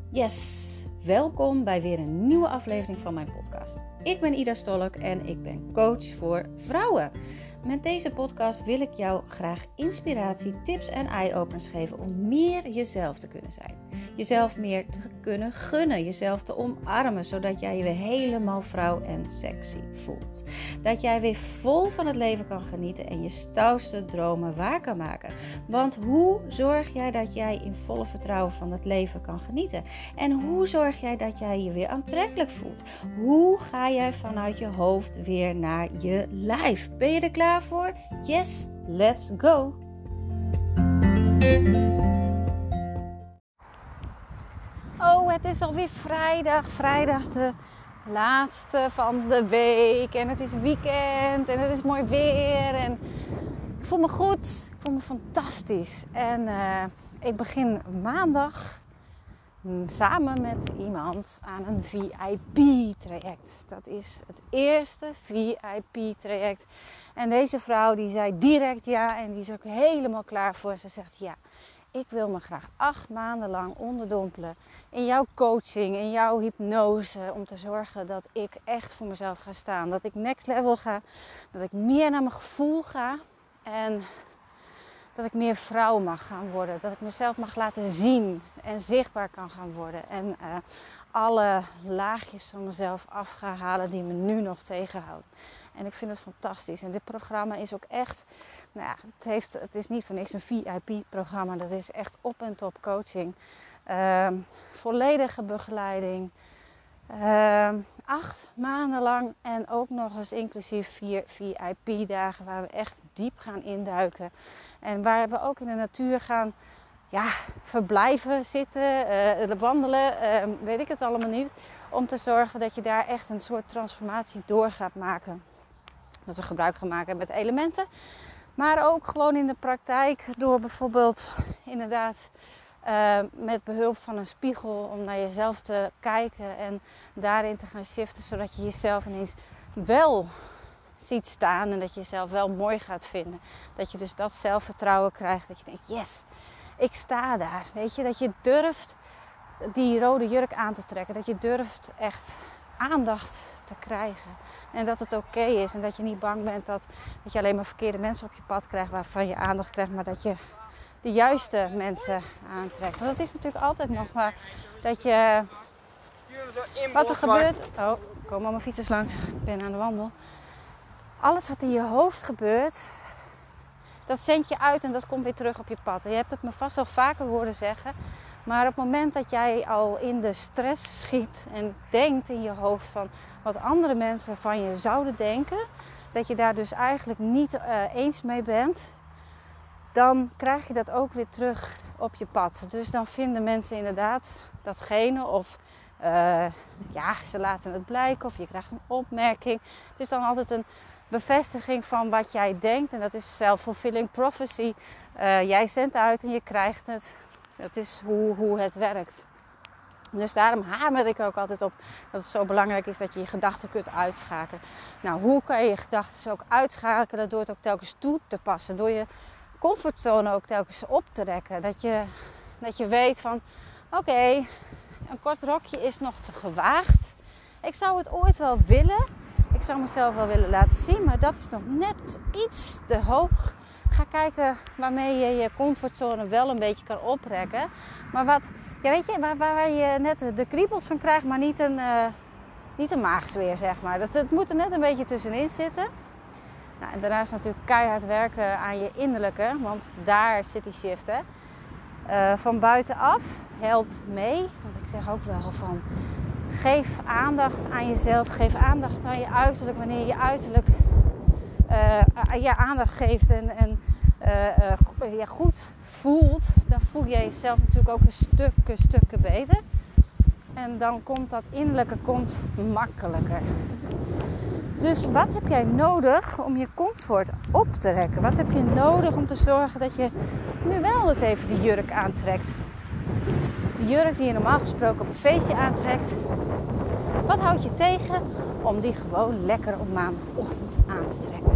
Yes, welkom bij weer een nieuwe aflevering van mijn podcast. Ik ben Ida Stolk en ik ben coach voor vrouwen. Met deze podcast wil ik jou graag inspiratie, tips en eye-openers geven om meer jezelf te kunnen zijn. Jezelf meer te kunnen gunnen, jezelf te omarmen, zodat jij je weer helemaal vrouw en sexy voelt. Dat jij weer vol van het leven kan genieten en je stoutste dromen waar kan maken. Want hoe zorg jij dat jij in volle vertrouwen van het leven kan genieten? En hoe zorg jij dat jij je weer aantrekkelijk voelt? Hoe ga jij vanuit je hoofd weer naar je lijf? Ben je er klaar voor? Yes, let's go! Oh, het is alweer vrijdag de laatste van de week en het is weekend en het is mooi weer en ik voel me goed, ik voel me fantastisch en ik begin maandag samen met iemand aan een VIP-traject. Dat is het eerste VIP-traject en deze vrouw die zei direct ja en die is ook helemaal klaar voor. Ze zegt ja. Ik wil me graag 8 maanden lang onderdompelen in jouw coaching, in jouw hypnose. Om te zorgen dat ik echt voor mezelf ga staan. Dat ik next level ga. Dat ik meer naar mijn gevoel ga. En dat ik meer vrouw mag gaan worden. Dat ik mezelf mag laten zien en zichtbaar kan gaan worden. En alle laagjes van mezelf af ga halen die me nu nog tegenhouden. En ik vind het fantastisch. En dit programma is ook echt... Nou ja, het is niet voor niks een VIP-programma. Dat is echt op en top coaching. Volledige begeleiding. 8 maanden lang. En ook nog eens inclusief 4 VIP-dagen. Waar we echt diep gaan induiken. En waar we ook in de natuur gaan verblijven, zitten, wandelen. Weet ik het allemaal niet. Om te zorgen dat je daar echt een soort transformatie door gaat maken. Dat we gebruik gaan maken met elementen. Maar ook gewoon in de praktijk door bijvoorbeeld inderdaad met behulp van een spiegel om naar jezelf te kijken en daarin te gaan shiften. Zodat je jezelf ineens wel ziet staan en dat je jezelf wel mooi gaat vinden. Dat je dus dat zelfvertrouwen krijgt. Dat je denkt yes, ik sta daar. Weet je, dat je durft die rode jurk aan te trekken. Dat je durft echt aandacht te krijgen. En dat het oké is. En dat je niet bang bent dat je alleen maar verkeerde mensen op je pad krijgt. Waarvan je aandacht krijgt. Maar dat je de juiste mensen aantrekt. Want het is natuurlijk altijd nog maar dat je... Wat er gebeurt... Oh, komen allemaal fietsers langs. Ik ben aan de wandel. Alles wat in je hoofd gebeurt... Dat zend je uit en dat komt weer terug op je pad. En je hebt het me vast al vaker horen zeggen. Maar op het moment dat jij al in de stress schiet en denkt in je hoofd van wat andere mensen van je zouden denken, dat je daar dus eigenlijk niet eens mee bent, dan krijg je dat ook weer terug op je pad. Dus dan vinden mensen inderdaad datgene of ze laten het blijken of je krijgt een opmerking. Het is dan altijd een bevestiging van wat jij denkt en dat is self-fulfilling prophecy. Jij zendt uit en je krijgt het. Dat is hoe het werkt. Dus daarom hamer ik ook altijd op dat het zo belangrijk is dat je je gedachten kunt uitschakelen. Nou, hoe kan je je gedachten ook uitschakelen? Door het ook telkens toe te passen. Door je comfortzone ook telkens op te rekken. Dat je weet van, oké, een kort rokje is nog te gewaagd. Ik zou het ooit wel willen. Ik zou mezelf wel willen laten zien, maar dat is nog net iets te hoog. Ga kijken waarmee je je comfortzone wel een beetje kan oprekken. Maar waar je net de kriebels van krijgt, maar niet een maagzweer, zeg maar. Het moet er net een beetje tussenin zitten. Nou, en daarnaast natuurlijk keihard werken aan je innerlijke, want daar zit die shift, hè. Van buitenaf helpt mee, want ik zeg ook wel van... Geef aandacht aan jezelf, geef aandacht aan je uiterlijk. Wanneer je uiterlijk je aandacht geeft en je goed voelt, dan voel je jezelf natuurlijk ook een stukken beter. En dan komt dat innerlijke makkelijker. Dus wat heb jij nodig om je comfort op te rekken? Wat heb je nodig om te zorgen dat je nu wel eens even die jurk aantrekt? Die jurk die je normaal gesproken op een feestje aantrekt. Wat houdt je tegen om die gewoon lekker op maandagochtend aan te trekken?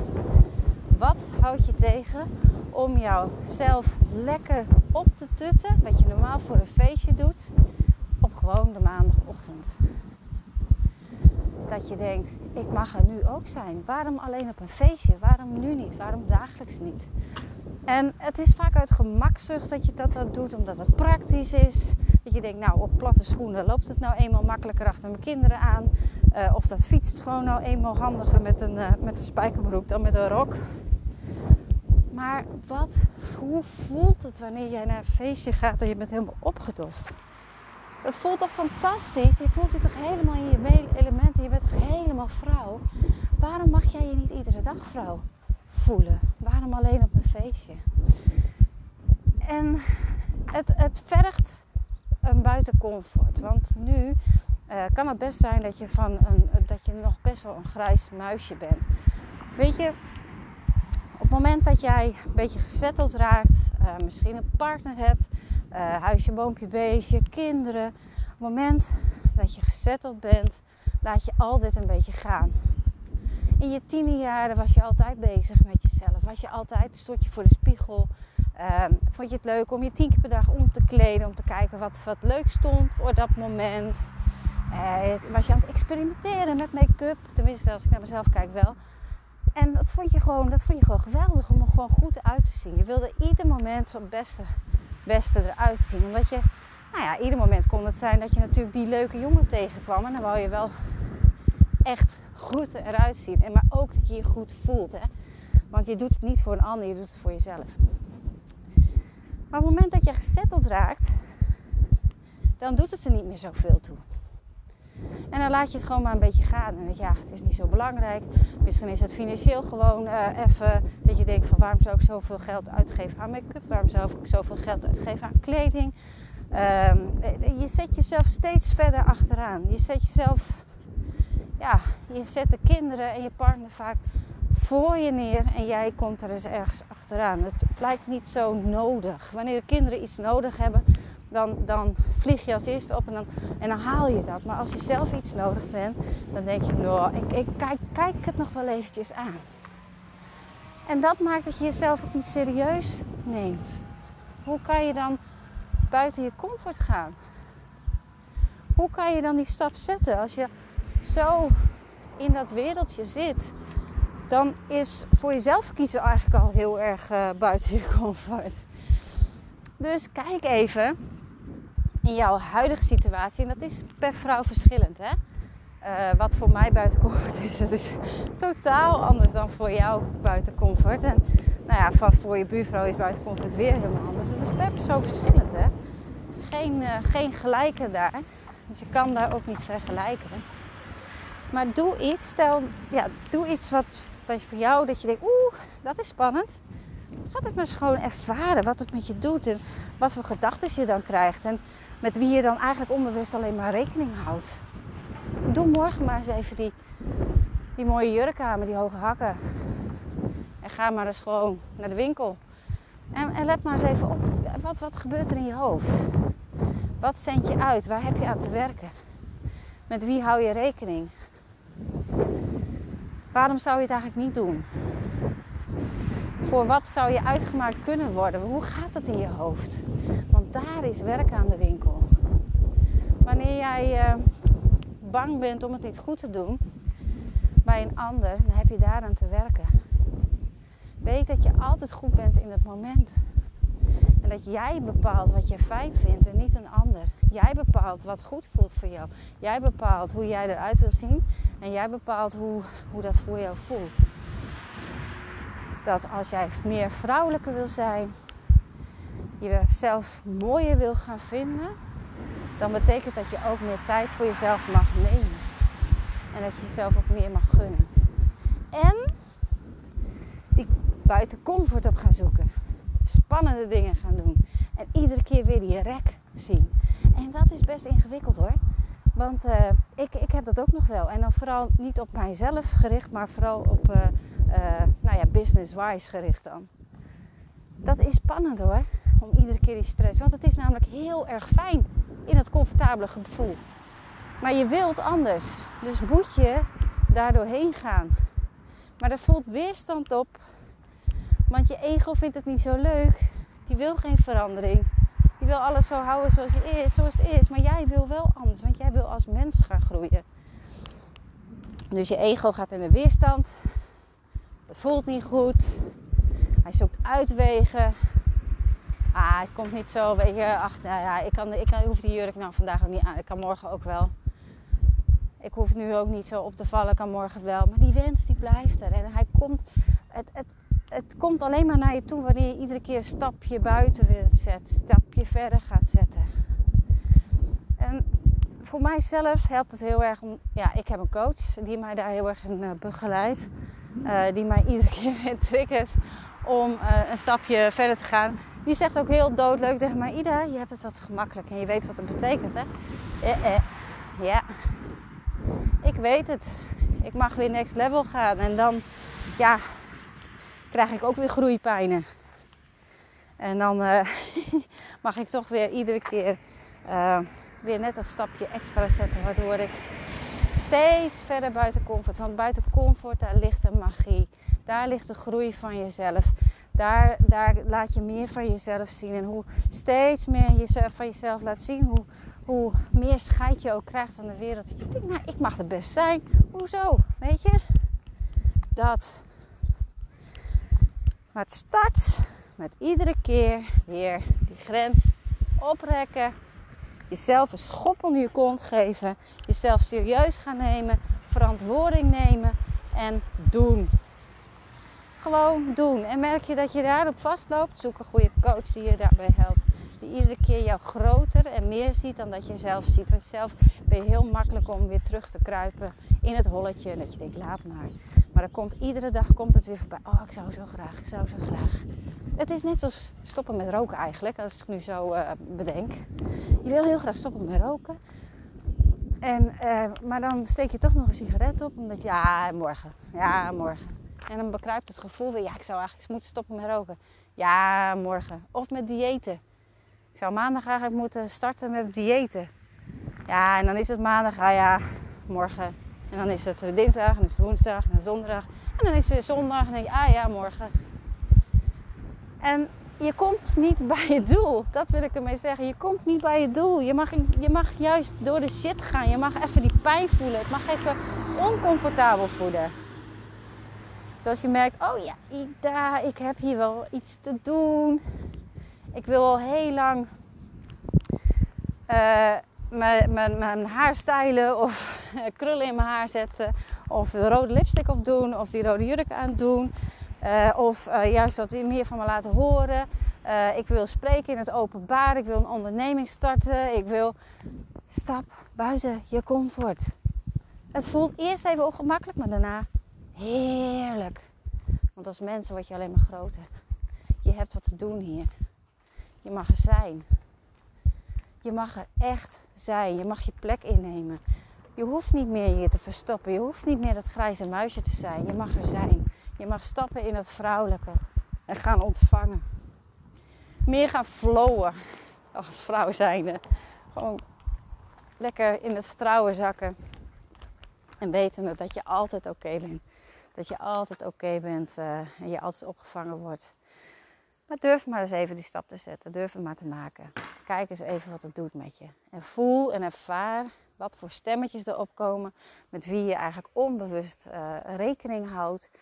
Wat houdt je tegen om jouzelf lekker op te tutten? Wat je normaal voor een feestje doet. gewoon de maandagochtend. Dat je denkt, ik mag er nu ook zijn. Waarom alleen op een feestje? Waarom nu niet? Waarom dagelijks niet? En het is vaak uit gemakzucht dat je dat doet, omdat het praktisch is. Dat je denkt, nou op platte schoenen loopt het nou eenmaal makkelijker achter mijn kinderen aan. Of dat fietst gewoon nou eenmaal handiger met een spijkerbroek dan met een rok. Maar hoe voelt het wanneer jij naar een feestje gaat en je bent helemaal opgedoft? Dat voelt toch fantastisch? Je voelt je toch helemaal in je elementen. Je bent toch helemaal vrouw? Waarom mag jij je niet iedere dag vrouw voelen? Waarom alleen op een feestje? En het vergt een buitencomfort. Want nu kan het best zijn dat je nog best wel een grijs muisje bent. Weet je, op het moment dat jij een beetje gezetteld raakt, misschien een partner hebt, huisje, boompje, beestje, kinderen. Op het moment dat je gezetteld bent, laat je altijd een beetje gaan. In je tienerjaren was je altijd bezig met jezelf. Stond je voor de spiegel. Vond je het leuk om je 10 keer per dag om te kleden. Om te kijken wat leuk stond voor dat moment. Was je aan het experimenteren met make-up. Tenminste, als ik naar mezelf kijk wel. En dat vond je gewoon geweldig om er gewoon goed uit te zien. Je wilde ieder moment van het beste eruit zien. Omdat je, ieder moment kon het zijn dat je natuurlijk die leuke jongen tegenkwam. En dan wou je wel echt goed eruit zien. Maar ook dat je je goed voelt. Hè? Want je doet het niet voor een ander, je doet het voor jezelf. Maar op het moment dat je gezetteld raakt, dan doet het er niet meer zoveel toe. En dan laat je het gewoon maar een beetje gaan. En het is niet zo belangrijk. Misschien is het financieel gewoon even dat je denkt van waarom zou ik zoveel geld uitgeven aan make-up? Waarom zou ik zoveel geld uitgeven aan kleding? Je zet jezelf steeds verder achteraan. Je zet de kinderen en je partner vaak voor je neer en jij komt er eens ergens achteraan. Het blijkt niet zo nodig. Wanneer de kinderen iets nodig hebben, dan vlieg je als eerste op en dan haal je dat. Maar als je zelf iets nodig bent, dan denk je, ik kijk het nog wel eventjes aan. En dat maakt dat je jezelf ook niet serieus neemt. Hoe kan je dan buiten je comfort gaan? Hoe kan je dan die stap zetten als je zo in dat wereldje zit? Dan is voor jezelf kiezen eigenlijk al heel erg buiten je comfort. Dus kijk even in jouw huidige situatie. En dat is per vrouw verschillend. Hè? Wat voor mij buiten comfort is, dat is totaal anders dan voor jou buiten comfort. En voor je buurvrouw is buiten comfort weer helemaal anders. Het is per persoon verschillend. Hè? Het is geen gelijke daar. Dus je kan daar ook niet vergelijken. Maar doe iets wat voor jou, dat je denkt, dat is spannend. Ga het maar eens gewoon ervaren wat het met je doet en wat voor gedachten je dan krijgt. En met wie je dan eigenlijk onbewust alleen maar rekening houdt. Doe morgen maar eens even die mooie jurk aan met die hoge hakken. En ga maar eens gewoon naar de winkel. En let maar eens even op, wat gebeurt er in je hoofd? Wat zend je uit? Waar heb je aan te werken? Met wie hou je rekening? Waarom zou je het eigenlijk niet doen? Voor wat zou je uitgemaakt kunnen worden? Hoe gaat het in je hoofd? Want daar is werk aan de winkel. Wanneer jij bang bent om het niet goed te doen bij een ander, dan heb je daaraan te werken. Weet dat je altijd goed bent in het moment. En dat jij bepaalt wat je fijn vindt en niet een ander. Jij bepaalt wat goed voelt voor jou. Jij bepaalt hoe jij eruit wil zien. En jij bepaalt hoe dat voor jou voelt. Dat als jij meer vrouwelijker wil zijn, jezelf mooier wil gaan vinden, dan betekent dat je ook meer tijd voor jezelf mag nemen. En dat je jezelf ook meer mag gunnen. En die buiten comfort op gaan zoeken. Spannende dingen gaan doen. En iedere keer weer die rek zien. En dat is best ingewikkeld hoor. Want ik heb dat ook nog wel. En dan vooral niet op mijzelf gericht, maar vooral op business-wise gericht dan. Dat is spannend hoor. Om iedere keer die stress. Want het is namelijk heel erg fijn in het comfortabele gevoel. Maar je wilt anders. Dus moet je daar doorheen gaan. Maar er voelt weerstand op. Want je ego vindt het niet zo leuk. Die wil geen verandering. Die wil alles zo houden zoals het is. Maar jij wil wel anders. Want jij wil als mens gaan groeien. Dus je ego gaat in de weerstand. Het voelt niet goed. Hij zoekt uitwegen. Het komt niet zo. Weet je, ik hoef die jurk nou vandaag ook niet aan. Ik kan morgen ook wel. Ik hoef nu ook niet zo op te vallen. Ik kan morgen wel. Maar die wens die blijft er. En hij komt... Het komt alleen maar naar je toe wanneer je iedere keer een stapje buiten wil zetten. Een stapje verder gaat zetten. En voor mijzelf helpt het heel erg om... Ja, ik heb een coach die mij daar heel erg in begeleidt. Die mij iedere keer weer triggert om een stapje verder te gaan. Die zegt ook heel doodleuk tegen mij: Ida, je hebt het wat gemakkelijk en je weet wat het betekent, hè? Ja, ik weet het. Ik mag weer next level gaan en dan, ja, krijg ik ook weer groeipijnen. En dan mag ik toch weer iedere keer weer net dat stapje extra zetten, waardoor ik steeds verder buiten comfort. Want buiten comfort, daar ligt de magie. Daar ligt de groei van jezelf. Daar laat je meer van jezelf zien. En hoe steeds meer jezelf van jezelf laat zien, hoe meer scheid je ook krijgt aan de wereld. Je denkt, nou, ik mag het best zijn. Hoezo? Weet je? Dat. Maar het start met iedere keer weer die grens oprekken. Jezelf een schop onder je kont geven. Jezelf serieus gaan nemen. Verantwoording nemen. En doen. Gewoon doen. En merk je dat je daarop vastloopt, zoek een goede coach die je daarbij helpt. Die iedere keer jou groter en meer ziet dan dat je zelf ziet. Want zelf ben je heel makkelijk om weer terug te kruipen in het holletje. En dat je denkt, laat maar. Maar iedere dag komt het weer voorbij. Oh, ik zou zo graag. Het is net zoals stoppen met roken eigenlijk. Als ik nu zo bedenk. Je wil heel graag stoppen met roken. Maar dan steek je toch nog een sigaret op. Omdat morgen. En dan bekruipt het gevoel weer, ik zou eigenlijk moeten stoppen met roken. Ja, morgen. Of met diëten. Ik zou maandag eigenlijk moeten starten met diëten. Ja, en dan is het maandag, morgen. En dan is het dinsdag, en dan is het woensdag, en dan donderdag. En dan is het zondag, en dan denk je, morgen. En je komt niet bij je doel. Dat wil ik ermee zeggen. Je komt niet bij je doel. Je mag juist door de shit gaan. Je mag even die pijn voelen. Het mag even oncomfortabel voelen. Zoals je merkt, Ida, ik heb hier wel iets te doen. Ik wil al heel lang mijn haar stylen of krullen in mijn haar zetten. Of de rode lipstick op doen of die rode jurk aan doen. Of juist wat weer meer van me laten horen. Ik wil spreken in het openbaar. Ik wil een onderneming starten. Ik wil stap buiten je comfort. Het voelt eerst even ongemakkelijk, maar daarna heerlijk. Want als mensen word je alleen maar groter. Je hebt wat te doen hier. Je mag er zijn. Je mag er echt zijn. Je mag je plek innemen. Je hoeft niet meer je te verstoppen. Je hoeft niet meer dat grijze muisje te zijn. Je mag er zijn. Je mag stappen in het vrouwelijke. En gaan ontvangen. Meer gaan flowen. Als vrouw zijnde. Gewoon lekker in het vertrouwen zakken. En weten dat je altijd oké bent. Dat je altijd oké bent en je altijd opgevangen wordt. Maar durf maar eens even die stap te zetten. Durf het maar te maken. Kijk eens even wat het doet met je. En voel en ervaar wat voor stemmetjes er opkomen. Met wie je eigenlijk onbewust rekening houdt.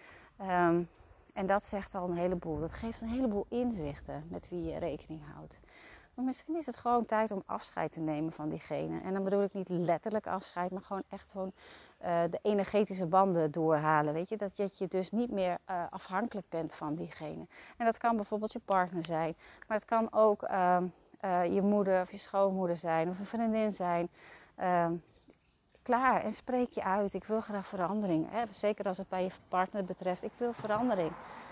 En dat zegt al een heleboel. Dat geeft een heleboel inzichten met wie je rekening houdt. Maar misschien is het gewoon tijd om afscheid te nemen van diegene. En dan bedoel ik niet letterlijk afscheid, maar gewoon echt de energetische banden doorhalen. Weet je? Dat je dus niet meer afhankelijk bent van diegene. En dat kan bijvoorbeeld je partner zijn. Maar het kan ook je moeder of je schoonmoeder zijn of een vriendin zijn. Klaar en spreek je uit. Ik wil graag verandering. Hè? Zeker als het bij je partner betreft. Ik wil verandering.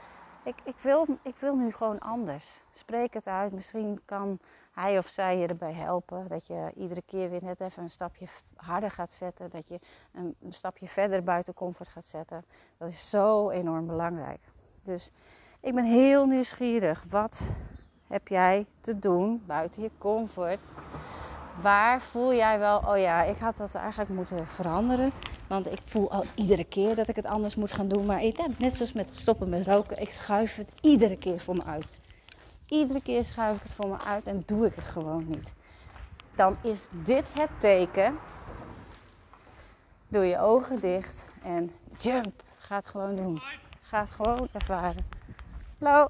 Ik wil nu gewoon anders. Spreek het uit. Misschien kan hij of zij je erbij helpen. Dat je iedere keer weer net even een stapje harder gaat zetten. Dat je een stapje verder buiten comfort gaat zetten. Dat is zo enorm belangrijk. Dus ik ben heel nieuwsgierig. Wat heb jij te doen buiten je comfort? Waar voel jij wel, ik had dat eigenlijk moeten veranderen. Want ik voel al iedere keer dat ik het anders moet gaan doen. Maar net zoals met stoppen met roken, ik schuif het iedere keer voor me uit. iedere keer schuif ik het voor me uit en doe ik het gewoon niet. Dan is dit het teken. Doe je ogen dicht en jump. Ga het gewoon doen. Ga het gewoon ervaren. Hallo.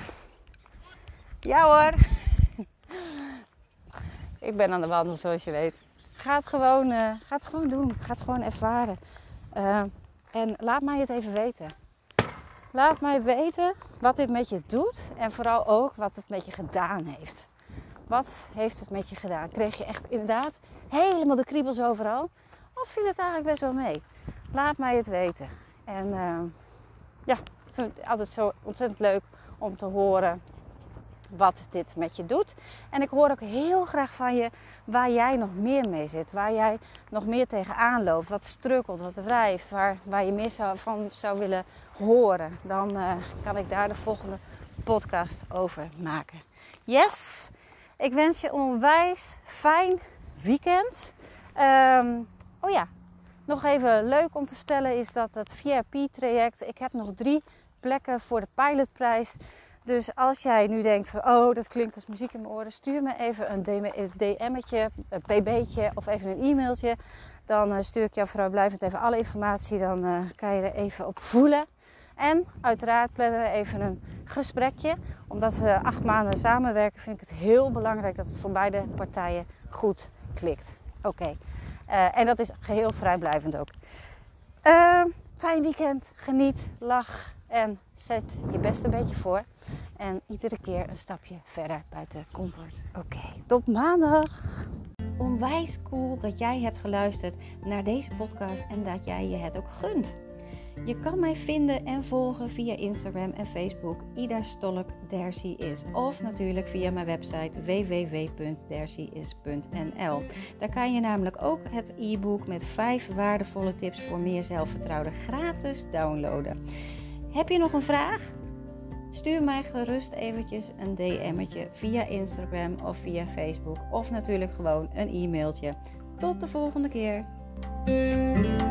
Ja hoor. Ik ben aan de wandel zoals je weet. Ga het gewoon doen. Ga het gewoon ervaren. En laat mij het even weten. Laat mij weten wat dit met je doet. En vooral ook wat het met je gedaan heeft. Wat heeft het met je gedaan? Kreeg je echt inderdaad helemaal de kriebels overal? Of viel het eigenlijk best wel mee? Laat mij het weten. En ik vind het altijd zo ontzettend leuk om te horen wat dit met je doet. En ik hoor ook heel graag van je waar jij nog meer mee zit. Waar jij nog meer tegenaan loopt. Wat strukkelt, wat wrijft. Waar je meer van zou willen horen. Dan kan ik daar de volgende podcast over maken. Yes! Ik wens je een onwijs fijn weekend. Nog even leuk om te vertellen is dat het VIP-traject... Ik heb nog 3 plekken voor de pilotprijs. Dus als jij nu denkt van, oh, dat klinkt als muziek in mijn oren, stuur me even een DM'tje, een pb'tje of even een e-mailtje. Dan stuur ik jou vrijblijvend even alle informatie, dan kan je er even op voelen. En uiteraard plannen we even een gesprekje. Omdat we 8 maanden samenwerken, vind ik het heel belangrijk dat het voor beide partijen goed klikt. Oké. En dat is geheel vrijblijvend ook. Fijn weekend, geniet, lach en zet je best een beetje voor. En iedere keer een stapje verder buiten comfort. Oké, tot maandag! Onwijs cool dat jij hebt geluisterd naar deze podcast en dat jij je het ook gunt. Je kan mij vinden en volgen via Instagram en Facebook Ida Stolk There She Is. Of natuurlijk via mijn website www.theresheis.nl. Daar kan je namelijk ook het e-book met 5 waardevolle tips voor meer zelfvertrouwen gratis downloaden. Heb je nog een vraag? Stuur mij gerust eventjes een DM'tje via Instagram of via Facebook. Of natuurlijk gewoon een e-mailtje. Tot de volgende keer.